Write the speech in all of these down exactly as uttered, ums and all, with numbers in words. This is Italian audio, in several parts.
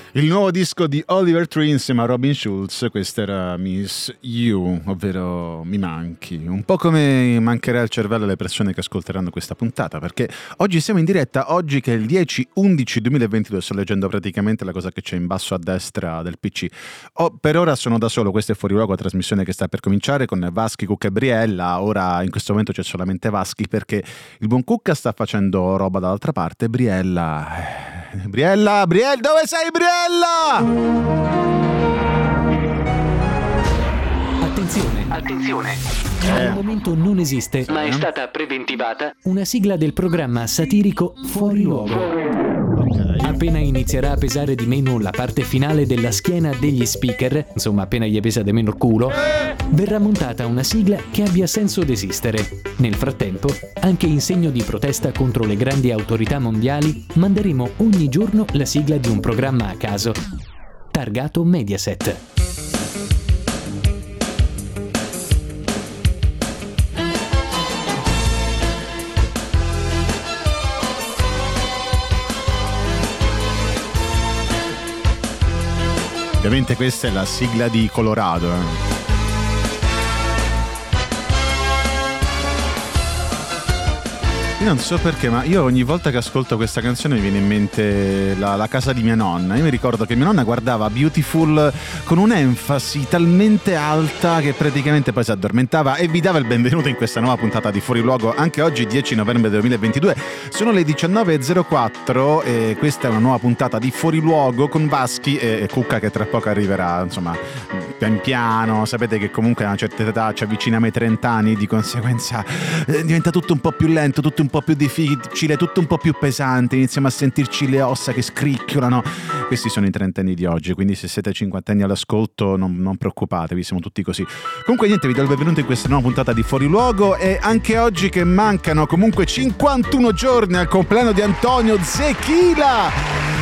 Il nuovo disco di Oliver Tree insieme a Robin Schulz, questa era Miss You, ovvero Mi manchi. Un po' come mancherà il cervello alle persone che ascolteranno questa puntata, perché oggi siamo in diretta, oggi che è il dieci undici duemilaventidue, sto leggendo praticamente la cosa che c'è in basso a destra del P C. Oh, per ora sono da solo, questo è Fuori Luogo, trasmissione che sta per cominciare con Vaschi, Cucca e Briella. Ora in questo momento c'è solamente Vaschi perché il buon Cucca sta facendo roba dall'altra parte, Briella... Briella, Briella, dove sei Briella? Attenzione, attenzione. Eh. Al momento non esiste, ma è stata preventivata una sigla del programma satirico Fuori Luogo. Appena inizierà a pesare di meno la parte finale della schiena degli speaker, insomma appena gli pesa di meno il culo, verrà montata una sigla che abbia senso d'esistere. Nel frattempo, anche in segno di protesta contro le grandi autorità mondiali, manderemo ogni giorno la sigla di un programma a caso, targato Mediaset. Ovviamente questa è la sigla di Colorado, eh. Io non so perché, ma io ogni volta che ascolto questa canzone mi viene in mente la, la casa di mia nonna. Io mi ricordo che mia nonna guardava Beautiful con un'enfasi talmente alta che praticamente poi si addormentava, e vi dava il benvenuto in questa nuova puntata di Fuori Luogo, anche oggi dieci novembre duemilaventidue. Sono le diciannove e zero quattro e questa è una nuova puntata di Fuori Luogo con Vaschi e, e Cucca che tra poco arriverà, insomma, pian piano. Sapete che comunque a una certa età ci avviciniamo ai trenta anni, di conseguenza eh, diventa tutto un po' più lento, tutto un po' più difficile, tutto un po' più pesante, iniziamo a sentirci le ossa che scricchiolano. Questi sono i trentenni di oggi, quindi se siete cinquantenni all'ascolto non, non preoccupatevi, siamo tutti così. Comunque niente, vi do il benvenuto in questa nuova puntata di Fuori Luogo, e anche oggi che mancano comunque cinquantuno giorni al compleanno di Antonio Zechila.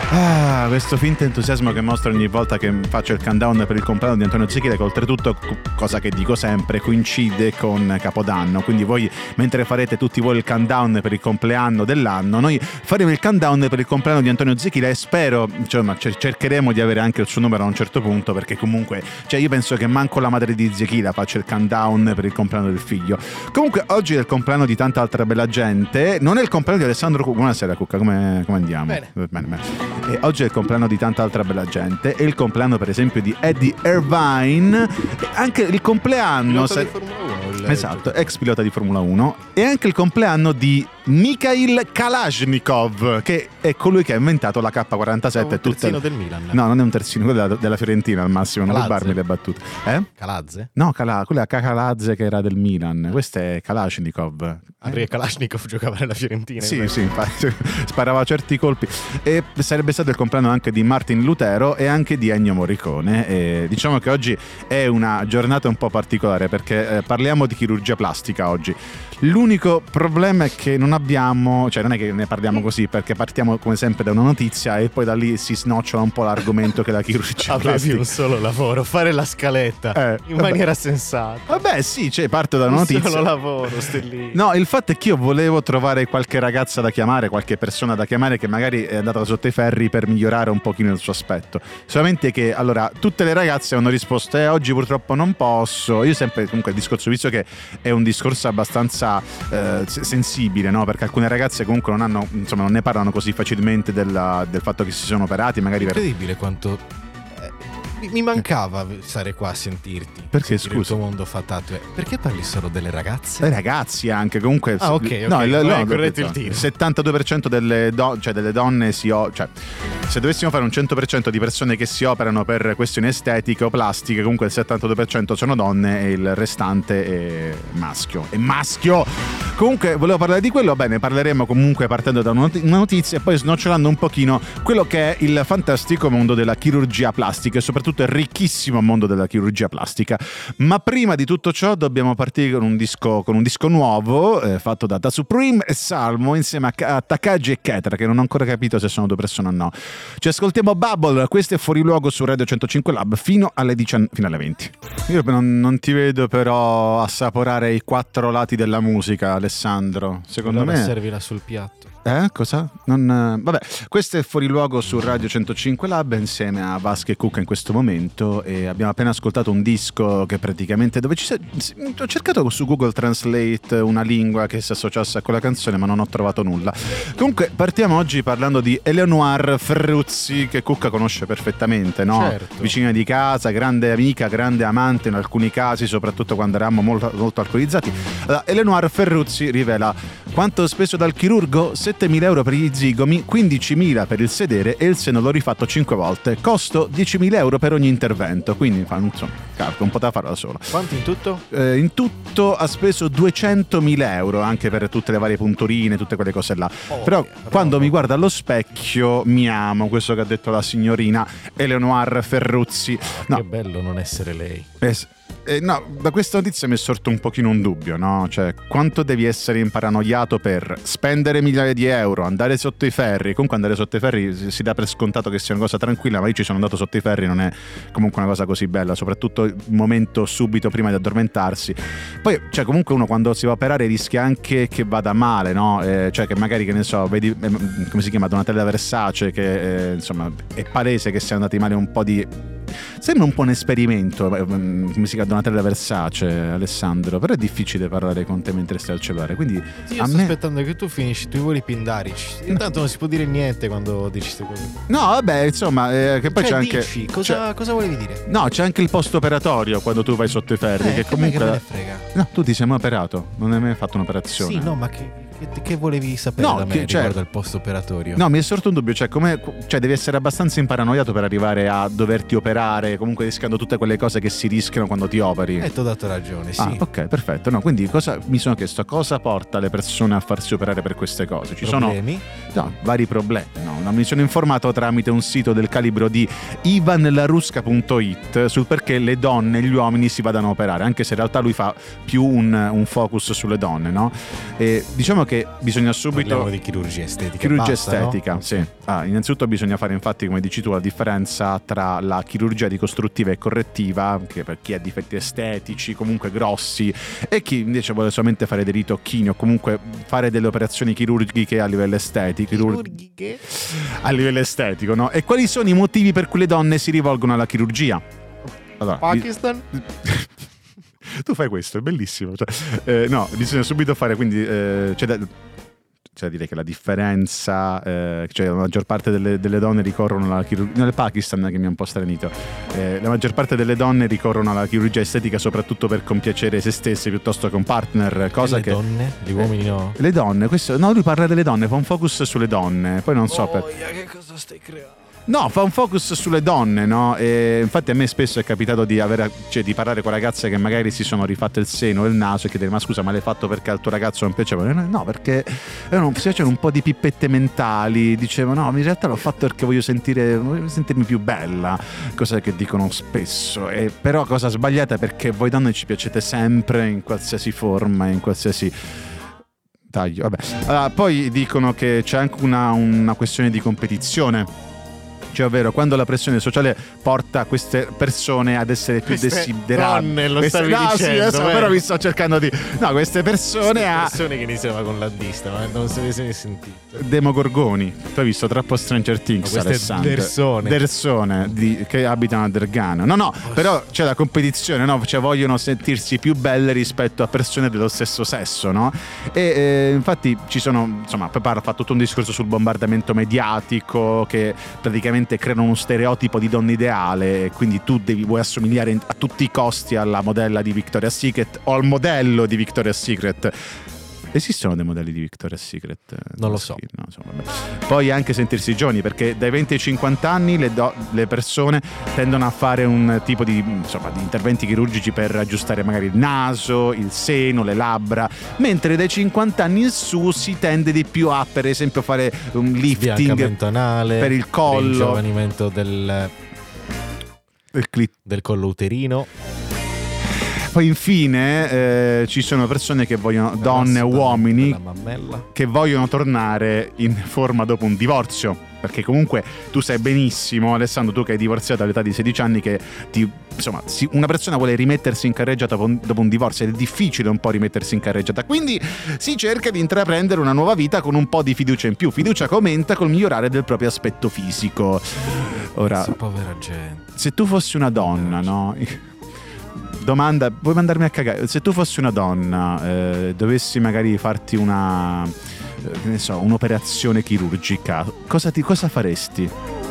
Ah, questo finto entusiasmo che mostro ogni volta che faccio il countdown per il compleanno di Antonio Zechila, che oltretutto, cosa che dico sempre, coincide con Capodanno. Quindi voi, mentre farete tutti voi il countdown per il compleanno dell'anno, noi faremo il countdown per il compleanno di Antonio Zechila, e spero, insomma, cercheremo di avere anche il suo numero a un certo punto, perché comunque, cioè, io penso che manco la madre di Zechila faccia il countdown per il compleanno del figlio. Comunque oggi è il compleanno di tanta altra bella gente, non è il compleanno di Alessandro Cucca. Buonasera Cucca, come, come andiamo? Bene. Bene, bene. E oggi è il compleanno di tanta altra bella gente, è il compleanno per esempio di Eddie Irvine, e anche il compleanno pilota se... di Formula uno, esatto, ex pilota di Formula uno, e anche il compleanno di Mikhail Kalashnikov, che è colui che ha inventato la K quarantasette. Un terzino del Milan. No, non è un terzino, quello della, della Fiorentina al massimo, non Calazze. rubarmi le battute. Eh? Calazze? No, Cala, quella è Calazze che era del Milan, questo è Kalashnikov. Ah, perché Kalashnikov giocava nella Fiorentina. Sì, sì, infatti sparava certi colpi. E sarebbe stato il compleanno anche di Martin Lutero e anche di Ennio Morricone. E diciamo che oggi è una giornata un po' particolare, perché eh, parliamo di chirurgia plastica oggi. L'unico problema è che non abbiamo, cioè non è che ne parliamo così, perché partiamo come sempre da una notizia e poi da lì si snocciola un po' l'argomento che è la chirurgia Avevi plastica. un solo lavoro, fare la scaletta Eh, in vabbè. maniera sensata. Vabbè sì, cioè parto da una Un notizia. solo lavoro, Stellini. No, il fatto è che io volevo trovare qualche ragazza da chiamare, qualche persona da chiamare che magari è andata sotto i ferri per migliorare un pochino il suo aspetto. Solamente che, allora, tutte le ragazze hanno risposto eh, oggi purtroppo non posso. Io sempre, comunque, il discorso, visto che è un discorso abbastanza eh, sensibile, no? Perché alcune ragazze comunque non hanno, insomma, non ne parlano così facilmente della, del fatto che si sono operati, magari per... Incredibile quanto eh, mi- mi mancava stare qua a sentirti. Perché, sentire scusa? il tuo mondo fatato. Perché parli solo delle ragazze? Eh, ragazzi anche comunque Ah, ok, ok. no, il, Vai, no, corretto il il tiro. settantadue per cento delle, do, cioè delle donne si o, cioè se dovessimo fare un cento per cento di persone che si operano per questioni estetiche o plastiche, comunque il settantadue per cento sono donne e il restante è maschio. È maschio! Comunque volevo parlare di quello, bene, parleremo comunque partendo da una notizia e poi snocciolando un pochino quello che è il fantastico mondo della chirurgia plastica e soprattutto il ricchissimo mondo della chirurgia plastica. Ma prima di tutto ciò dobbiamo partire con un disco, con un disco nuovo eh, fatto da Da Supreme e Salmo insieme a, a Takagi e Ketra, che non ho ancora capito se sono due persone o no. Ci ascoltiamo Bubble, questo è Fuori Luogo su Radio centocinque Lab fino alle diciannove, fino alle venti. Io non, non ti vedo però assaporare i quattro lati della musica, Alessandro. Secondo allora me servila sul piatto. Eh, cosa? Non, vabbè, questo è Fuori Luogo su Radio centocinque Lab insieme a Vasco e Cucca in questo momento, e abbiamo appena ascoltato un disco che praticamente dove ci si... ho cercato su Google Translate una lingua che si associasse a quella canzone ma non ho trovato nulla. Comunque partiamo oggi parlando di Eleonore Ferruzzi, che Cucca conosce perfettamente, no? Certo. Vicina di casa, grande amica, grande amante in alcuni casi, soprattutto quando eravamo molto, molto alcolizzati. Allora, Eleonore Ferruzzi rivela quanto speso dal chirurgo: settemila euro per gli zigomi, quindicimila per il sedere e il seno l'ho rifatto cinque volte. Costo diecimila euro per ogni intervento. Quindi, insomma, calco, un po' da farlo da solo. Quanto in tutto? Eh, in tutto ha speso duecentomila euro, anche per tutte le varie punturine, tutte quelle cose là. Oh, Però yeah, quando no. mi guardo allo specchio mi amo, questo che ha detto la signorina Eleonore Ferruzzi. No, Che bello non essere lei. eh, Eh, no, da questa notizia mi è sorto un pochino un dubbio, no? Cioè, quanto devi essere imparanoiato per spendere migliaia di euro, andare sotto i ferri? Comunque andare sotto i ferri si, si dà per scontato che sia una cosa tranquilla, ma io ci sono andato sotto i ferri, non è comunque una cosa così bella, soprattutto il momento subito prima di addormentarsi. Poi, cioè, comunque uno quando si va a operare rischia anche che vada male, no? Eh, cioè che magari, che ne so, vedi, eh, come si chiama, Donatella Versace, che eh, insomma è palese che sia andati male un po' di... Sembra un po' un esperimento, come si chiama, Donatella Versace, Alessandro, però è difficile parlare con te mentre stai al cellulare, quindi Sì, io a sto me... aspettando che tu finisci i tuoi voli pindarici. Intanto non si può dire niente quando dici queste cose. No, vabbè, insomma, eh, che poi Cioè, c'è anche... dici, cosa, c'è- cosa volevi dire? No, c'è anche il post operatorio quando tu vai sotto i ferri, Eh, che che comunque... me- che me ne frega. No, tu ti sei mai operato, non hai mai fatto un'operazione. Sì, no, ma che, che, che volevi sapere No, da me che- cioè- riguardo al post operatorio? No, mi è sorto un dubbio, cioè, come, cioè devi essere abbastanza imparanoiato per arrivare a doverti operare, comunque rischiando tutte quelle cose che si rischiano quando ti operi. Eh, ti ho dato ragione, sì. Ah, ok, perfetto. No, quindi cosa, mi sono chiesto cosa porta le persone a farsi operare per queste cose? Ci Problemi? sono no, vari problemi. No, no, mi sono informato tramite un sito del calibro di ivan larusca punto it sul perché le donne e gli uomini si vadano a operare, anche se in realtà lui fa più un, un focus sulle donne, no? E diciamo che bisogna subito... Parliamo di chirurgia estetica. Chirurgia basta, no? estetica, sì. Ah, innanzitutto bisogna fare, infatti, come dici tu, la differenza tra la chirurgia ricostruttiva e correttiva, che per chi ha difetti estetici, comunque grossi, e chi invece vuole solamente fare dei ritocchini o comunque fare delle operazioni chirurgiche a livello estetico. Chirurghiche? A livello estetico, no? E quali sono i motivi per cui le donne si rivolgono alla chirurgia? Allora, Pakistan? tu fai questo, è bellissimo. Cioè, eh, no, bisogna subito fare, quindi eh, c'è da, c'è da dire che la differenza, eh, cioè la maggior parte delle, delle donne ricorrono alla chirurgia, nel Pakistan, che mi ha un po' stranito, eh, la maggior parte delle donne ricorrono alla chirurgia estetica soprattutto per compiacere se stesse piuttosto che un partner, cosa E le che... donne? Gli uomini no? Le donne, questo, no, lui parla delle donne, fa un focus sulle donne, poi non so per... che cosa stai creando? No, fa un focus sulle donne, no? E infatti a me spesso è capitato di avere, cioè di parlare con ragazze che magari si sono rifatte il seno o il naso e chiedere: ma scusa, ma l'hai fatto perché al tuo ragazzo non piaceva? No, perché erano, si facevano un po' di pippette mentali, dicevano: no, in realtà l'ho fatto perché voglio sentire, voglio sentirmi più bella, cosa che dicono spesso. E però cosa sbagliata, perché voi donne ci piacete sempre in qualsiasi forma, in qualsiasi taglio. Vabbè. Allora, poi dicono che c'è anche una, una questione di competizione. Cioè, ovvero, quando la pressione sociale porta queste persone ad essere più Queste desiderate. donne, lo Queste- stavi no, dicendo, sì, adesso, eh. però vi sto cercando di. No, queste persone a. persone che iniziano con la dista, ma non se ne siete sentito. Demogorgoni. Tu hai visto troppo Stranger Things, No, queste Alessandro. persone. Persone di- che abitano a Dergano. No, no, però c'è la competizione, no? Cioè, vogliono sentirsi più belle rispetto a persone dello stesso sesso, no? E eh, infatti ci sono, insomma, poi parla, fa tutto un discorso sul bombardamento mediatico che praticamente creano uno stereotipo di donna ideale, e quindi tu devi, vuoi assomigliare a tutti i costi alla modella di Victoria's Secret o al modello di Victoria's Secret. Esistono dei modelli di Victoria's Secret? Non lo so. No, insomma, vabbè. Poi anche sentirsi giovani, perché dai venti ai cinquanta anni le, do- le persone tendono a fare un tipo di, insomma, di interventi chirurgici per aggiustare magari il naso, il seno, le labbra, mentre dai cinquanta anni in su si tende di più a, per esempio, fare un lifting Sbiancamento anale, per il collo, il giovanimento del, il clit- del collo uterino. Poi infine eh, ci sono persone che vogliono, donne e uomini, che vogliono tornare in forma dopo un divorzio. Perché comunque tu sai benissimo, Alessandro, tu che hai divorziato all'età di sedici anni, che ti, insomma, si, una persona vuole rimettersi in carreggiata dopo un, dopo un divorzio, ed è difficile un po' rimettersi in carreggiata. Quindi si cerca di intraprendere una nuova vita con un po' di fiducia in più. Fiducia che aumenta col migliorare del proprio aspetto fisico. Ora, povera gente. Se tu fossi una donna, no? Domanda, vuoi mandarmi a cagare? Se tu fossi una donna, eh, dovessi magari farti una, eh, che ne so, un'operazione chirurgica, cosa, ti, cosa faresti?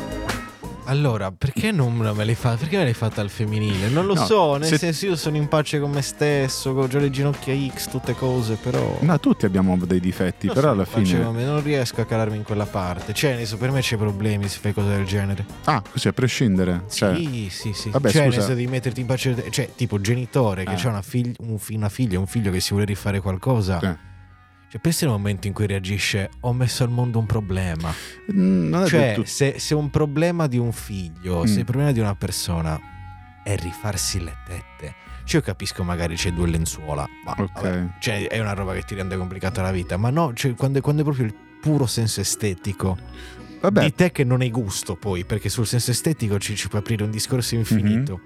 Allora, perché non me l'hai fatta? Perché me l'hai fatta al femminile? Non lo No, so, nel se- senso io sono in pace con me stesso, ho già le ginocchia X, tutte cose, però... No, tutti abbiamo dei difetti, Io però sono alla in pace fine... con me, non riesco a calarmi in quella parte. Cioè, adesso per me c'è problemi se fai cose del genere. Ah, così a prescindere. Cioè, Sì, sì, sì. Vabbè, cioè, scusa. nel senso di metterti in pace, cioè, tipo genitore che Eh. ha una, figli- un fi- una figlia, un figlio che si vuole rifare qualcosa. eh. Cioè, pensi al momento in cui reagisce, ho messo al mondo un problema. Mm, non è del Cioè, tutto- se, se un problema di un figlio, Mm. se il problema di una persona è rifarsi le tette, cioè io capisco magari c'è due lenzuola, ma Ok. vabbè, cioè, è una roba che ti rende complicata la vita, ma no, cioè, quando, è- quando è proprio il puro senso estetico Vabbè, di te che non hai gusto poi, perché sul senso estetico ci, ci puoi aprire un discorso infinito.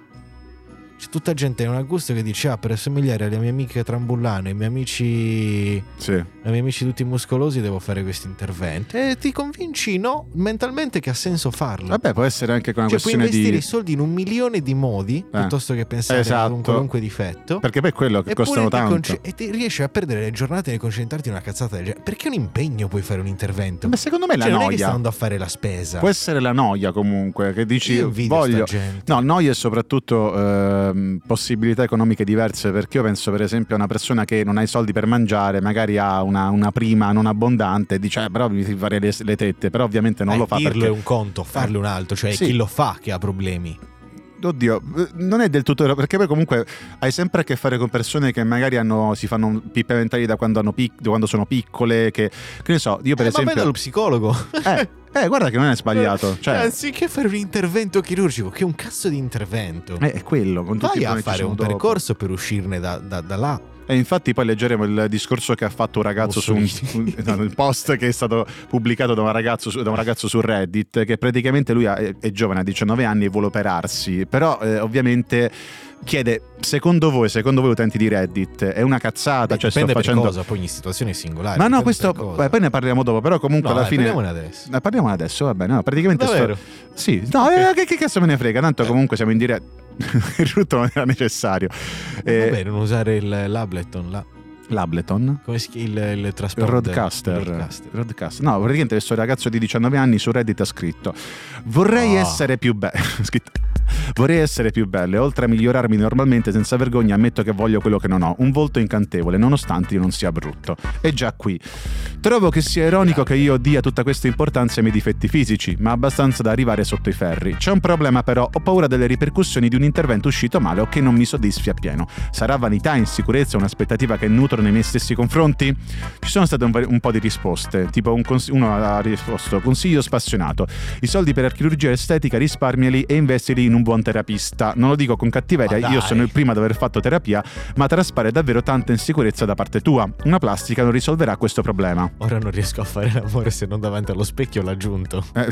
C'è tutta gente che non ha gusto che dice ah, per assomigliare alle mie amiche trambullane, ai miei amici sì. ai miei amici tutti muscolosi devo fare questo intervento, e ti convinci no mentalmente che ha senso farlo. Vabbè, può essere anche con una Cioè puoi questione investire di... i soldi in un milione di modi piuttosto che pensare Esatto. ad un qualunque difetto, Perché poi è quello che eppure costano ti tanto. conce- e ti riesci a perdere le giornate nel concentrarti in una cazzata del genere. Perché un impegno puoi fare un intervento? Ma secondo me la Cioè, non è che noia... sta andando a fare la spesa. Può essere la noia comunque, che dici Io invidio voglio... sta gente. No, noia e soprattutto ehm, possibilità economiche diverse, perché io penso per esempio a una persona che non ha i soldi per mangiare, magari ha una, una prima non abbondante e dice eh, però mi devi fare le, le tette, però ovviamente non Eh, lo fa dirlo perché... è un conto, farlo è un altro, cioè Sì. chi lo fa che ha problemi. Oddio, non è del tutto vero, perché poi comunque hai sempre a che fare con persone che magari hanno, si fanno pippe mentali da quando, hanno pic- da quando sono piccole, che, che ne so, io per Eh, ma vai esempio... dallo psicologo. Eh, eh, guarda che non è sbagliato, cioè... Anziché fare un intervento chirurgico, che è un cazzo di intervento, eh, è quello, con tutti i vai a problemi che ci fare sono un dopo. percorso per uscirne da, da, da là. E infatti poi leggeremo il discorso che ha fatto un ragazzo su un, Mussolini. un- no, il post che è stato pubblicato da un ragazzo su, da un ragazzo su Reddit, che praticamente lui ha- è, è giovane, ha diciannove anni e vuole operarsi, però eh, ovviamente chiede secondo voi, secondo voi utenti di Reddit è una cazzata? Beh, cioè sto dipende facendo... per cosa, poi ogni situazione è singolare. Ma no, dipende questo per cosa. beh, poi ne parliamo dopo, però comunque No, alla dai, fine parliamone adesso. Eh, parliamone adesso, va bene, no, praticamente sto... Davvero? Sì, no, Ok. eh, che, che cazzo me ne frega, tanto comunque siamo in diretta. Il tutto non era necessario. Eh, Eh, Vabbè, non usare il, l'Ableton, la, L'Ableton? come si chiama il, il Il trasporto? Roadcaster. Il Roadcaster. Roadcaster. No, praticamente questo ragazzo di diciannove anni su Reddit ha scritto: vorrei Ah. essere più bello. scritto Vorrei essere più bello e oltre a migliorarmi normalmente senza vergogna ammetto che voglio quello che non ho, un volto incantevole nonostante io non sia brutto. E già qui trovo che sia ironico che io dia tutta questa importanza ai miei difetti fisici, ma abbastanza da arrivare sotto i ferri. C'è un problema però, ho paura delle ripercussioni di un intervento uscito male o che non mi soddisfi appieno. Sarà vanità, insicurezza, un'aspettativa che nutro nei miei stessi confronti? Ci sono state un, un po' di risposte, tipo un cons- uno ha risposto: consiglio spassionato, i soldi per la chirurgia estetica risparmiali e investili in un buon terapista. Non lo dico con cattiveria, Ma io dai. sono il primo ad aver fatto terapia, ma traspare davvero tanta insicurezza da parte tua. Una plastica non risolverà questo problema. Ora non riesco a fare l'amore se non davanti allo specchio l'ho aggiunto. Eh,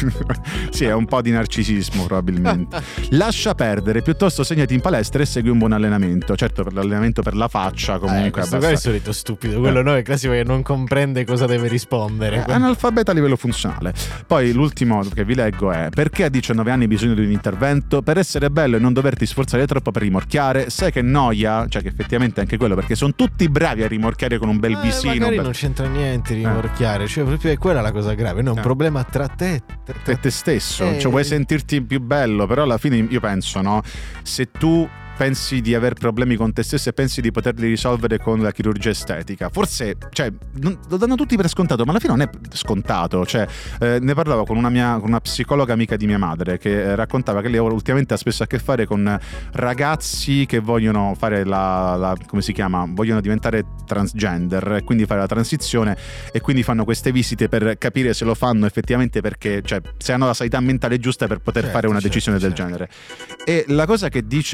sì, è un po' di narcisismo probabilmente. Lascia perdere, piuttosto segnati in palestra e segui un buon allenamento. Certo, per l'allenamento per la faccia Eh, comunque questo è qua è il abbastanza... solito stupido, quello no è il classico che non comprende cosa deve rispondere. Eh, analfabeta a livello funzionale. Poi l'ultimo che vi leggo è: perché a diciannove anni hai bisogno di un intervento? Per essere bello e non doverti sforzare troppo per rimorchiare. Sai che noia? Cioè che effettivamente anche quello, perché sono tutti bravi a rimorchiare con un bel Eh, visino. magari bel- non c'entra niente rimorchiare, cioè proprio è quella la cosa grave, non è un Eh. problema tra te, tra- te, te stesso, Eh. cioè vuoi sentirti più bello, però alla fine io penso, no? Se tu pensi di aver problemi con te stesso e pensi di poterli risolvere con la chirurgia estetica, forse, cioè, non- lo danno tutti per scontato, ma alla fine non è scontato. Cioè, eh, ne parlavo con una mia con una psicologa amica di mia madre che eh, raccontava che lei ultimamente ha spesso a che fare con ragazzi che vogliono fare la, la come si chiama? Vogliono diventare transgender e quindi fare la transizione, e quindi fanno queste visite per capire se lo fanno effettivamente, perché, cioè, se hanno la sanità mentale giusta per poter Certo, fare una certo, decisione del certo. genere. E la cosa che dice la psicologa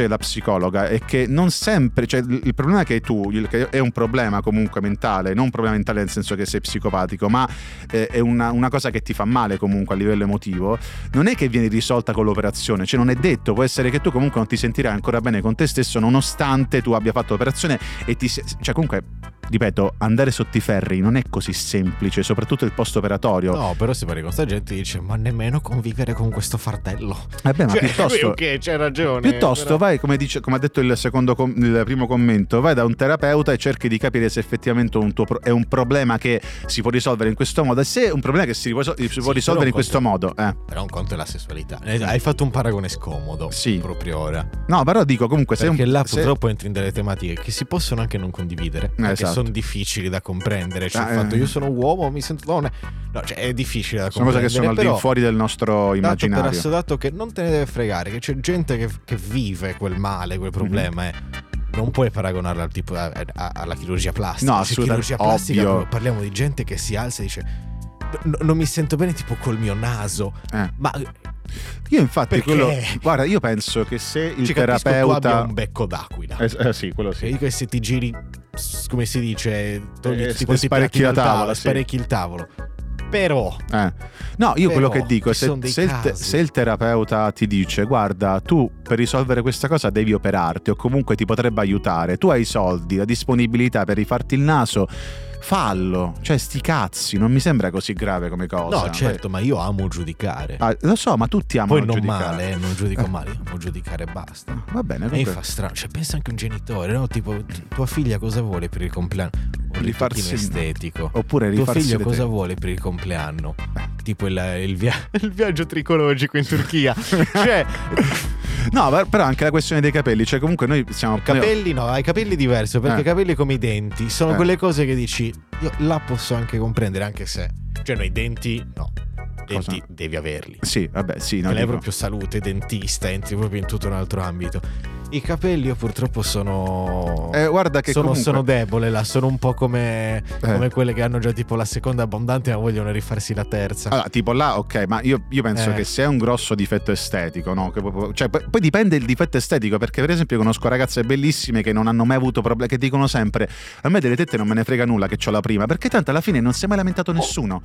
psicologa è che non sempre, cioè il problema che hai tu, il, che è un problema comunque mentale, non un problema mentale nel senso che sei psicopatico, ma eh, è una, una cosa che ti fa male comunque a livello emotivo, non è che viene risolta con l'operazione, cioè non è detto, può essere che tu comunque non ti sentirai ancora bene con te stesso nonostante tu abbia fatto l'operazione e ti, cioè comunque, ripeto, andare sotto i ferri non è così semplice, soprattutto il post operatorio. No, però se parli con sta gente dice ma nemmeno convivere con questo fardello. Eh beh, ma cioè, piuttosto ok, c'è ragione. Piuttosto però... vai, come, dice, come ha detto il secondo com- il primo commento, vai da un terapeuta e cerchi di capire se effettivamente un tuo pro- è un problema che si può risolvere in questo modo, e se è un problema che si può, si può sì, risolvere in questo conto, modo. Eh. Però un conto è la sessualità. Hai fatto un paragone scomodo. Sì. Proprio ora. No, però dico comunque se perché un, là se... purtroppo entri in delle tematiche che si possono anche non condividere, eh, perché esatto. sono difficili da comprendere. Cioè ah, il fatto eh. io sono uomo, mi sento donna. No, cioè è difficile da sono comprendere. cose che sono al di però, fuori del nostro immaginario. dato per assodato che non te ne deve fregare, che c'è gente che, che vive quel male, quel problema, mm-hmm. eh. Non puoi paragonarla al tipo a, a, alla chirurgia plastica. No, se chirurgia plastica ovvio. parliamo di gente che si alza e dice "N- non mi sento bene tipo col mio naso". Eh. Ma io infatti perché? quello, guarda, io penso che se il Ci capisco, terapeuta tu abbia un becco d'aquila. eh, eh, sì, quello sì. Cioè, che se ti giri, come si dice, togli Eh, tutti questi sparecchi piatti la dal tavola, tavolo, sì. sparecchi il tavolo. Però Eh. No, io Però, quello che dico, ci se, sono dei se, il te- casi. se il terapeuta ti dice guarda, tu per risolvere questa cosa devi operarti o comunque ti potrebbe aiutare, tu hai i soldi, la disponibilità per rifarti il naso, fallo, cioè sti cazzi, non mi sembra così grave come cosa. no, certo, ma io amo giudicare. Ah, lo so, ma tutti amano Poi non giudicare. male, eh, non giudico male, io amo giudicare e basta. Va bene, E mi comunque, fa strano, cioè pensa anche un genitore, no? Tipo, t- tua figlia cosa vuole per il compleanno? Un Rifarsi ritoccino estetico. oppure Tuo rifarsi figlio le cosa te- vuole per il compleanno? Tipo il, il, via- il viaggio tricologico in Turchia. Cioè, No, per- però anche la questione dei capelli, cioè comunque noi siamo capelli no, hai capelli diverso, perché Eh. capelli come i denti sono Eh. quelle cose che dici, io la posso anche comprendere, anche se, cioè no, i denti no, denti Cosa? devi averli. Sì, vabbè, sì, no, Non è dico- proprio salute, dentista, entri proprio in tutto un altro ambito. I capelli io purtroppo sono Eh, guarda che sono, comunque- sono debole là, sono un po' come, Eh. come quelle che hanno già tipo la seconda abbondante ma vogliono rifarsi la terza. Allora, tipo là, ok, ma io, io penso Eh. che se è un grosso difetto estetico, no? Che proprio- cioè, poi, poi dipende il difetto estetico, perché per esempio io conosco ragazze bellissime che non hanno mai avuto problemi, che dicono sempre a me delle tette non me ne frega nulla che c'ho la prima, perché tanto alla fine non si è mai lamentato nessuno.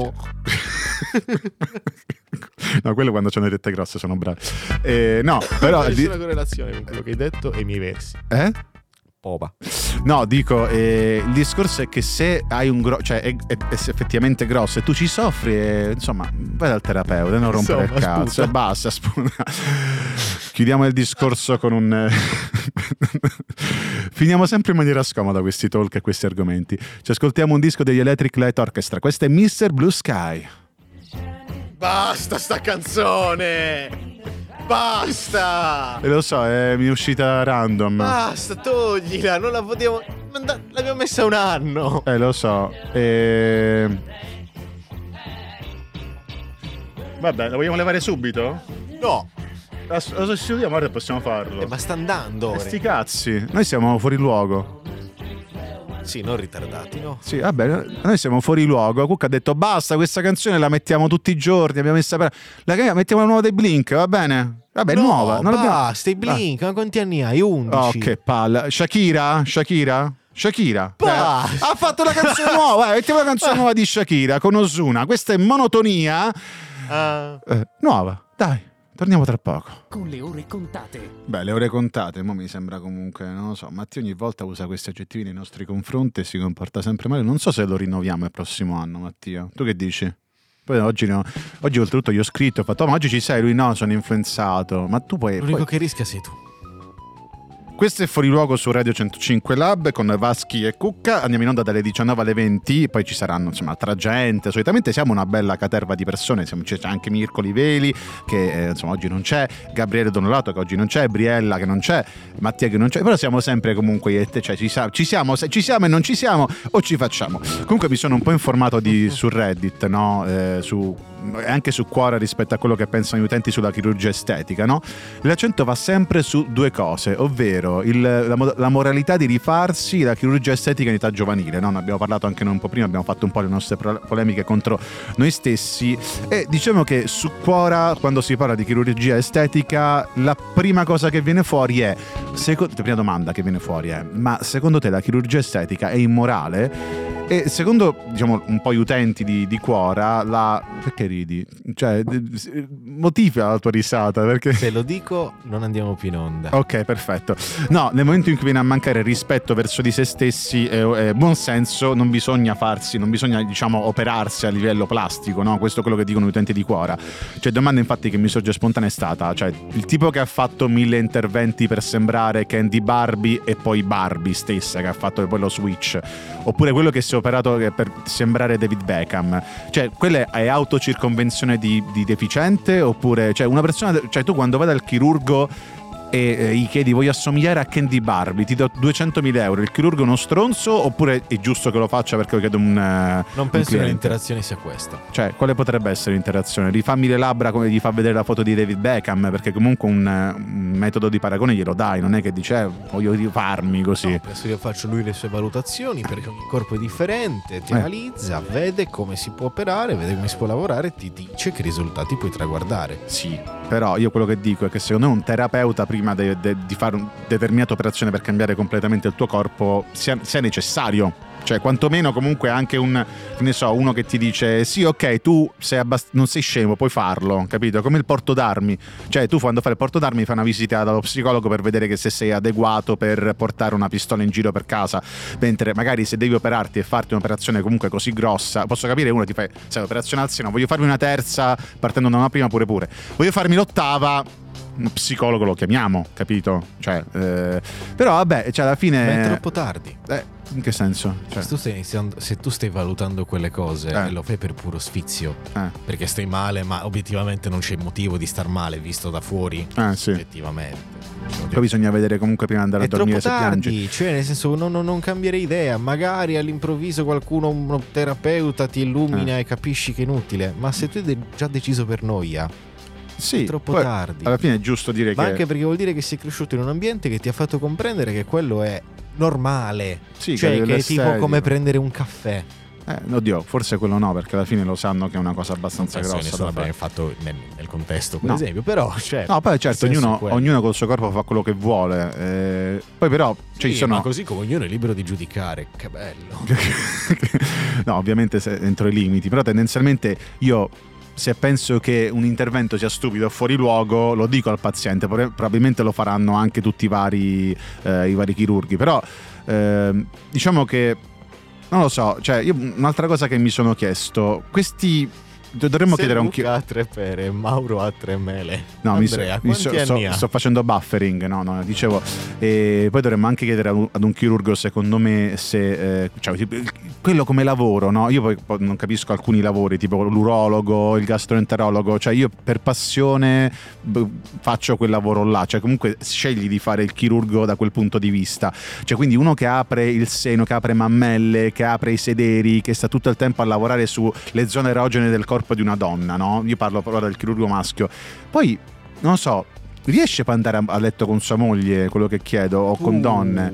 No, quello quando c'hanno le tette grosse sono bravi. Eh, no, però... C'è di- una correlazione con quello che hai detto e i miei versi. eh? Popa. No, dico, eh, il discorso è che se hai un grosso, cioè è, è- è effettivamente grosso e tu ci soffri, eh, insomma, vai dal terapeuta, non rompere Insomma, il cazzo, sputa. e basta, spunta. Chiudiamo il discorso con un... eh, Finiamo sempre in maniera scomoda questi talk e questi argomenti. Ci ascoltiamo un disco degli Electric Light Orchestra, questo è mister Blue Sky. Basta sta canzone! Basta! E lo so, è, mi è uscita random. Basta, toglila, non la potevo... manda- L'abbiamo messa un anno! Eh, lo so. E... Vabbè, la vogliamo levare subito? No! La sostituiamo, ora possiamo farlo. Eh, ma sta andando E ora. sti cazzi, noi siamo fuori luogo. Sì, non ritardati, no? Sì, vabbè, noi siamo fuori luogo. Cucca ha detto basta, questa canzone la mettiamo tutti i giorni, abbiamo messa per... La cambiamo, mettiamo la nuova dei Blink, va bene? Vabbè, è no, nuova. Non l'abbiamo- basta, i Blink, ma quanti anni hai? undici. Oh, che palla. Shakira? Shakira? Shakira? Basta. Eh, ha fatto la canzone nuova, eh, mettiamo la canzone nuova di Shakira con Ozuna. Questa è Monotonia. Ah, Eh, nuova, dai. Torniamo tra poco. Con le ore contate. Beh, le ore contate, mo mi sembra comunque, non lo so, Mattia ogni volta usa questi aggettivi nei nostri confronti e si comporta sempre male. Non so se lo rinnoviamo il prossimo anno, Mattia. Tu che dici? Poi oggi, no, oggi oltretutto gli ho scritto, ho fatto, "Oh, ma oggi ci sei?" Lui no, sono influenzato. Ma tu puoi... l'unico puoi... che rischia sei tu. Questo è Fuori Luogo su Radio centocinque Lab con Vaschi e Cucca. Andiamo in onda dalle diciannove alle venti. Poi ci saranno insomma altra gente. Solitamente siamo una bella caterva di persone. Siamo, c'è anche Mirko Liveli che eh, insomma oggi non c'è, Gabriele Donolato che oggi non c'è, Briella che non c'è, Mattia che non c'è. Però siamo sempre comunque io e te, cioè ci, sa- ci siamo, se ci siamo e non ci siamo o ci facciamo. Comunque mi sono un po' informato di, su Reddit, no? Eh, su anche su Quora rispetto a quello che pensano gli utenti sulla chirurgia estetica, no? L'accento va sempre su due cose, ovvero vero, il, la, la moralità di rifarsi, la chirurgia estetica in età giovanile, no? Ne abbiamo parlato anche noi un po' prima, abbiamo fatto un po' le nostre polemiche contro noi stessi, e diciamo che su Quora, quando si parla di chirurgia estetica, la prima cosa che viene fuori è, secondo, la prima domanda che viene fuori è: ma secondo te la chirurgia estetica è immorale? E secondo, diciamo, un po' gli utenti di, di Quora, la... Perché ridi? Cioè, motiva la tua risata, perché... Se lo dico non andiamo più in onda. Ok, perfetto. No, nel momento in cui viene a mancare rispetto verso di se stessi e eh, eh, buon senso, non bisogna farsi, non bisogna, diciamo, operarsi a livello plastico, no? Questo è quello che dicono gli utenti di Quora. Cioè, domanda infatti che mi sorge spontanea è stata, cioè, il tipo che ha fatto mille interventi per sembrare Candy Barbie e poi Barbie stessa, che ha fatto poi lo switch, oppure quello che si è operato per sembrare David Beckham, cioè quella è autocirconvenzione di, di deficiente, oppure, cioè, una persona, cioè tu quando vai dal chirurgo e eh, gli chiedi voglio assomigliare a Candy Barbie, ti do duecentomila euro, il chirurgo è uno stronzo, oppure è giusto che lo faccia perché lo chiede un uh, non penso che l'interazione sia questa. Cioè, quale potrebbe essere l'interazione? Rifammi le labbra come gli fa vedere la foto di David Beckham, perché comunque un, un metodo di paragone glielo dai, non è che dice eh, voglio rifarmi così. No, penso che faccio lui le sue valutazioni, perché ogni corpo è differente, ti eh. analizza, vede come si può operare, vede come si può lavorare, ti dice che risultati puoi traguardare. Sì, però io quello che dico è che secondo me un terapeuta prima de, de, di fare una determinata operazione per cambiare completamente il tuo corpo sia, sia necessario. Cioè, quantomeno comunque anche un, che ne so, uno che ti dice sì, ok, tu sei abbast- non sei scemo, puoi farlo, capito? Come il porto d'armi. Cioè, tu quando fai il porto d'armi fai una visita dallo psicologo per vedere che se sei adeguato per portare una pistola in giro per casa, mentre magari se devi operarti e farti un'operazione comunque così grossa, posso capire uno ti fai, sai, operazione al seno, voglio farmi una terza partendo da una prima pure pure, voglio farmi l'ottava, un psicologo lo chiamiamo, capito? Cioè, eh, però vabbè, cioè alla fine... Ma è troppo tardi. Eh, in che senso? Cioè... Se, tu stai iniziando, se tu stai valutando quelle cose eh. e lo fai per puro sfizio, eh. perché stai male, ma obiettivamente non c'è motivo di star male visto da fuori, eh, sì. effettivamente. Poi bisogna vedere comunque prima di andare è a dormire troppo se tardi, piangi. cioè nel senso non, non, non cambierei idea, magari all'improvviso qualcuno, un terapeuta ti illumina eh. e capisci che è inutile, ma se tu hai de- già deciso per noia, sì, è troppo poi, tardi. Alla fine è giusto dire ma che... anche perché vuol dire che sei cresciuto in un ambiente che ti ha fatto comprendere che quello è normale, sì, cioè che, che è tipo come serio. prendere un caffè. Eh, oddio, forse quello no, perché alla fine lo sanno che è una cosa abbastanza non grossa da fare. fatto nel, nel contesto, per no. esempio, però cioè, no, poi certo, ognuno, ognuno col suo corpo fa quello che vuole. Eh, poi però cioè, sì, ci sono... ma così come ognuno è libero di giudicare, che bello. No, ovviamente se, entro i limiti, però tendenzialmente io, se penso che un intervento sia stupido o fuori luogo, lo dico al paziente. Probabilmente lo faranno anche tutti i vari, eh, i vari chirurghi, però eh, diciamo che non lo so, cioè io un'altra cosa che mi sono chiesto, questi dovremmo Se chiedere a un Luca ha tre pere, Mauro ha tre mele. No, Andrea, mi, so, mi so, sto, sto facendo buffering, no, no, dicevo. E poi dovremmo anche chiedere ad un, ad un chirurgo, secondo me, se eh, cioè, quello come lavoro, no? Io poi, poi non capisco alcuni lavori, tipo l'urologo, il gastroenterologo, cioè io per passione b- faccio quel lavoro là, cioè comunque scegli di fare il chirurgo da quel punto di vista. Cioè quindi uno che apre il seno, che apre mammelle, che apre i sederi, che sta tutto il tempo a lavorare sulle zone erogene del corpo di una donna, no? Io parlo proprio del chirurgo maschio. Poi, non lo so, riesce poi ad andare a letto con sua moglie, quello che chiedo, o con uh, donne?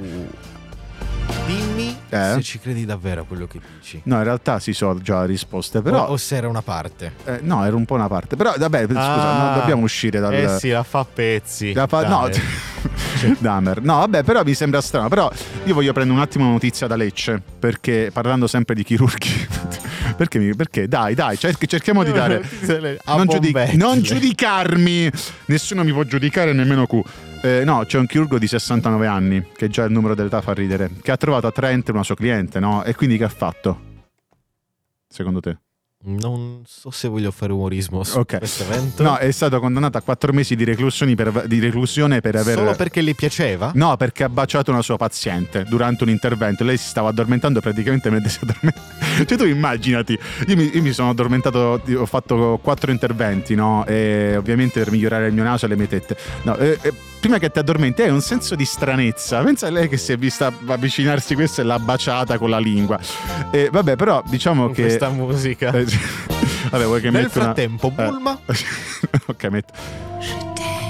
Dimmi eh? se ci credi davvero a quello che dici. No, in realtà si so già la risposta, però... O, o se era una parte. Eh, no, era un po' una parte. Però, vabbè, scusa, ah, non dobbiamo uscire dal... Eh sì, la fa a pezzi. La fa... No, Dahmer. No, vabbè, però mi sembra strano. Però io voglio prendere un attimo una notizia da Lecce, perché parlando sempre di chirurghi... Perché, mi, perché? Dai, dai, cerchiamo di dare... non, giudic- non giudicarmi! Nessuno mi può giudicare, nemmeno Q. Eh, no, c'è un chirurgo di sessantanove anni, che già il numero dell'età fa ridere, che ha trovato attraente una sua cliente, no? E quindi che ha fatto? Secondo te? Non so se voglio fare umorismo su okay. questo evento. No, è stato condannato a quattro mesi di reclusione per, di reclusione per aver... Solo perché le piaceva? No, perché ha baciato una sua paziente durante un intervento. Lei si stava addormentando praticamente mentre si addormentava. Cioè tu immaginati, io mi, io mi sono addormentato, ho fatto quattro interventi, no? E ovviamente per migliorare il mio naso e le mie tette. No, e, e, prima che ti addormenti hai un senso di stranezza. Pensa a lei che si è vista avvicinarsi questa e l'ha baciata con la lingua. E vabbè, però diciamo con che... questa musica... Vabbè, vuoi che Nel metto frattempo una... Bulma eh. Ok, metto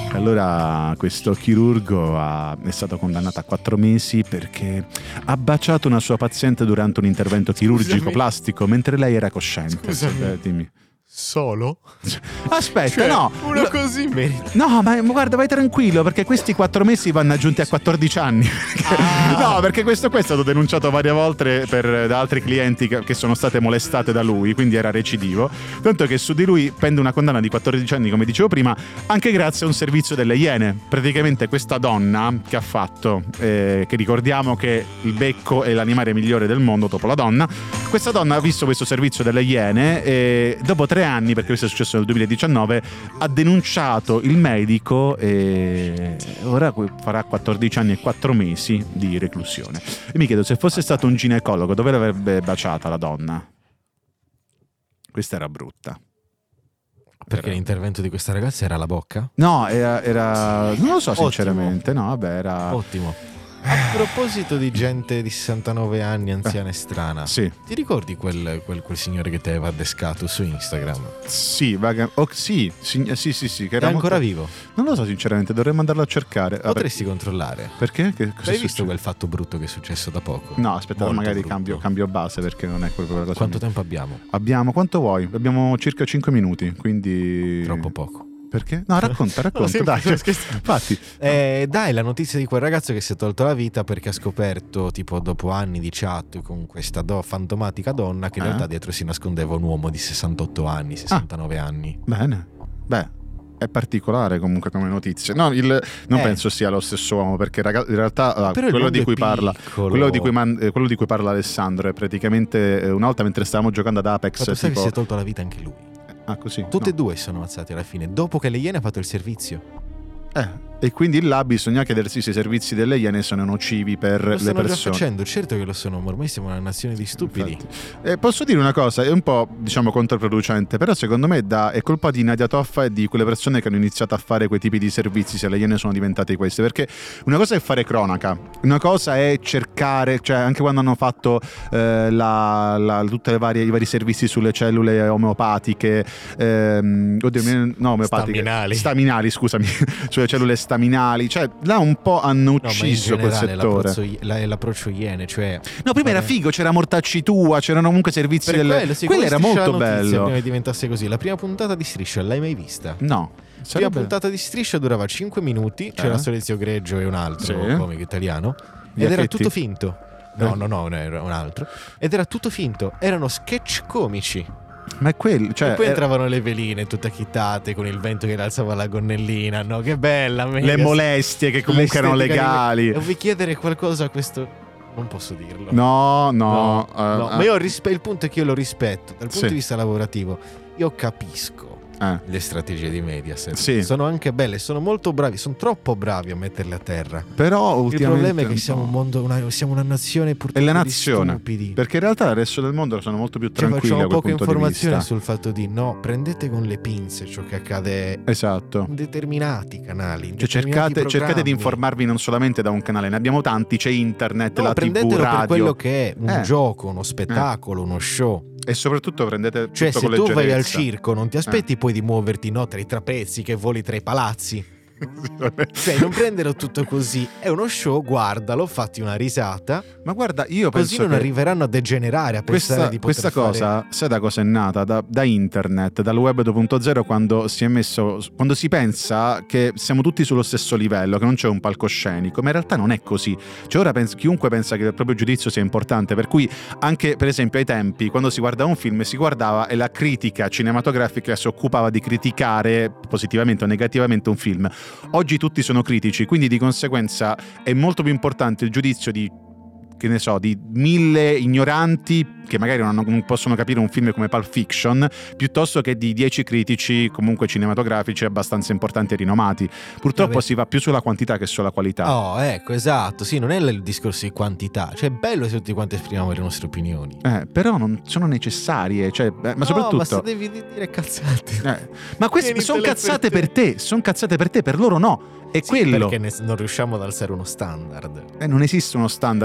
Allora questo chirurgo ha, è stato condannato a quattro mesi perché ha baciato una sua paziente durante un intervento chirurgico Scusami. plastico mentre lei era cosciente. Scusami. Eh, dimmi. Solo? Aspetta, Cioè, no. uno Lo- così merita. No, ma guarda, vai tranquillo, perché questi quattro mesi vanno aggiunti a quattordici anni. Ah. No, perché questo qua è stato denunciato varie volte per, da altri clienti che, che sono state molestate da lui, quindi era recidivo. Tanto che su di lui pende una condanna di quattordici anni, come dicevo prima, anche grazie a un servizio delle Iene. Praticamente questa donna che ha fatto, eh, che ricordiamo che il becco è l'animale migliore del mondo dopo la donna, questa donna ha visto questo servizio delle Iene e dopo tre anni, perché questo è successo nel duemiladiciannove, ha denunciato il medico e ora farà quattordici anni e quattro mesi di reclusione. E mi chiedo, se fosse stato un ginecologo, dove l'avrebbe baciata la donna? Questa era brutta. Perché Era- l'intervento di questa ragazza era la bocca? No, era, era... non lo so Ottimo. sinceramente, no, vabbè, era... Ottimo. A proposito di gente di sessantanove anni, anziana e strana, Sì, ti ricordi quel, quel, quel signore che ti aveva addescato su Instagram? sì, vaga... oh, sì, sì, sì, sì, sì, che È era ancora molto- vivo? Non lo so sinceramente, dovremmo andarlo a cercare. Ah, Potresti controllare. perché? Che cosa è Hai visto successo? quel fatto brutto che è successo da poco? No, aspetta, Molto magari brutto. cambio, cambio base perché non è proprio la cosa. Quanto mia. tempo abbiamo? Abbiamo quanto vuoi? Abbiamo circa cinque minuti, quindi Troppo poco. Perché? No, racconta, racconta, No, dai. sempre, sto scherzando. Infatti, Eh, dai, la notizia di quel ragazzo che si è tolto la vita perché ha scoperto, tipo dopo anni di chat con questa do- fantomatica donna, che in Eh? realtà dietro si nascondeva un uomo di sessantotto anni, sessantanove anni. bene. Beh, è particolare comunque come notizia. No, il, non Eh. penso sia lo stesso uomo, perché raga- in realtà allora, Però il quello di mondo cui è parla piccolo. quello di cui, man- eh, quello di cui parla Alessandro è praticamente eh, una volta mentre stavamo giocando ad Apex, Ma tu sai che tipo... si è tolto la vita anche lui? Ah, così. Tutti no. e due si sono ammazzati alla fine, dopo che le Iene ha fatto il servizio. Eh, e quindi là bisogna chiedersi se i servizi delle Iene sono nocivi per Lo le stanno già persone. facendo, certo che lo sono, ma ormai siamo una nazione di stupidi. Infatti. Eh, posso dire una cosa, è un po' diciamo controproducente, però secondo me da, è colpa di Nadia Toffa e di quelle persone che hanno iniziato a fare quei tipi di servizi, se le Iene sono diventate queste, perché una cosa è fare cronaca, una cosa è cercare, cioè anche quando hanno fatto eh, la, la, tutte le varie, i vari servizi sulle cellule omeopatiche, ehm, oddio, no omeopatiche, Staminali. staminali scusami, sulle cellule staminali, cioè là un po' hanno No, ma in ucciso quel generale settore. l'approccio, la- l'approccio Iene, cioè... No, prima era Vabbè. figo, c'era Mortacci Tua, c'erano comunque servizi Per del... quello, sì, quello come era Striscia molto la notizia, bello. Prima che diventasse così. La prima puntata di Striscia l'hai mai vista? No, La prima sarebbe... puntata di Striscia durava cinque minuti, c'era Eh. Silenzio Greggio e un altro Sì. comico italiano, Gli ed era Acchetti? tutto finto. No, no, no, no, era un altro. Ed era tutto finto, erano sketch comici. Ma è quello, cioè... e poi è- entravano le veline tutte chittate con il vento che le alzava la gonnellina, no? Che bella, mega. le molestie che comunque erano L'estetica di- legali. E vuoi chiedere qualcosa a questo? Non posso dirlo. No, no. No, eh, no, eh, ma io rispe- il punto è che io lo rispetto dal punto Sì. di vista lavorativo. Io capisco eh. le strategie di Mediaset. Sì. Sono anche belle, sono molto bravi, sono troppo bravi a metterle a terra. Però Il ultimamente... problema è che siamo no. un mondo, una, siamo una nazione È purtroppo la di nazione. stupidi. Perché in realtà il resto del mondo sono molto più Cioè, tranquilli facciamo da quel poca punto di informazione vista. sul fatto di no, prendete con le pinze ciò che accade Esatto. in determinati canali. in Cioè, determinati cercate, cercate di programmi. informarvi non solamente da un canale, ne abbiamo tanti, c'è internet, No, la tivù, prendetelo per radio. quello che è un Eh. gioco, uno spettacolo, uno show. E soprattutto prendete Cioè, tutto se con tu vai al leggerezza. circo, non ti aspetti poi di muoverti no, tra i trapezzi che voli tra i palazzi. Cioè, non prenderlo tutto così. È uno show, guardalo, fatti una risata. Ma guarda, io Così penso non che arriveranno a degenerare, a pensare questa, di poter questa fare... cosa, sai da cosa è nata? Da, da internet, dal web due punto zero, quando si è messo, quando si pensa che siamo tutti sullo stesso livello, che non c'è un palcoscenico, ma in realtà non è così. Cioè ora pens- chiunque pensa che il proprio giudizio sia importante, per cui anche per esempio ai tempi, quando si guardava un film, si guardava e la critica cinematografica si occupava di criticare positivamente o negativamente un film. Oggi tutti sono critici, quindi di conseguenza è molto più importante il giudizio di, che ne so, di mille ignoranti che magari non, hanno- non possono capire un film come Pulp Fiction, piuttosto che di dieci critici comunque cinematografici abbastanza importanti e rinomati. Purtroppo Vabbè. si va più sulla quantità che sulla qualità. Oh, ecco, esatto. Sì, non è il discorso di quantità. Cioè, è bello se tutti quanti esprimiamo le nostre opinioni. Eh, però non sono necessarie, cioè, eh, ma soprattutto... No, ma se devi di- dire cazzate. eh, ma queste Tienitele sono per cazzate te. per te, sono cazzate per te, per loro no. È Sì, quello. perché ne- non riusciamo ad alzare uno standard. Eh, non esiste uno standard, perché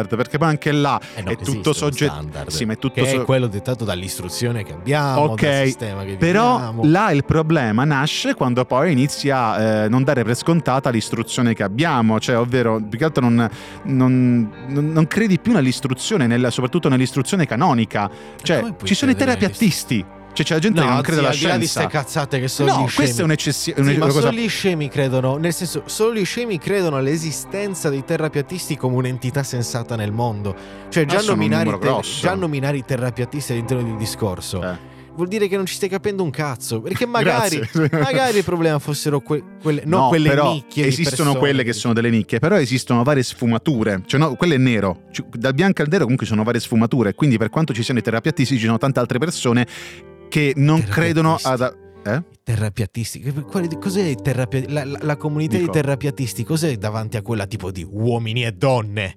poi anche là Eh no, è tutto soggetto, sì, ma è tutto che so- è quello dettato dall'istruzione che abbiamo, ok, dal sistema che però viviamo. là il problema nasce quando poi inizi a eh, non dare per scontata l'istruzione che abbiamo, cioè ovvero più che altro non, non, non, non credi più nell'istruzione, nella, soprattutto nell'istruzione canonica, cioè come puoi ci sono i credere terapiattisti, cioè c'è la gente No, che non crede zii, alla al di là di scienza. ste cazzate che sono No, gli scemi. questa è un'eccessione, Sì, ma cosa... solo gli scemi credono, nel senso, solo gli scemi credono all'esistenza dei terrapiattisti come un'entità sensata nel mondo. Cioè già, Ah, sono un nominare, i numero ter- grosso. già nominare i terrapiattisti all'interno di un discorso Eh. vuol dire che non ci stai capendo un cazzo. Perché magari, Grazie. magari il problema fossero que- quelle, non no, quelle però nicchie di esistono persone. quelle che sono delle nicchie, però esistono varie sfumature, cioè no, quello è nero, Cioè, dal bianco al nero comunque ci sono varie sfumature, quindi per quanto ci siano i terapiattisti ci sono tante altre persone che non credono ad... Eh? Terrapiattisti, Che- quali- cos'è il terrapia- la, la- la comunità Dico. di terrapiattisti? Cos'è davanti a quella tipo di uomini e donne?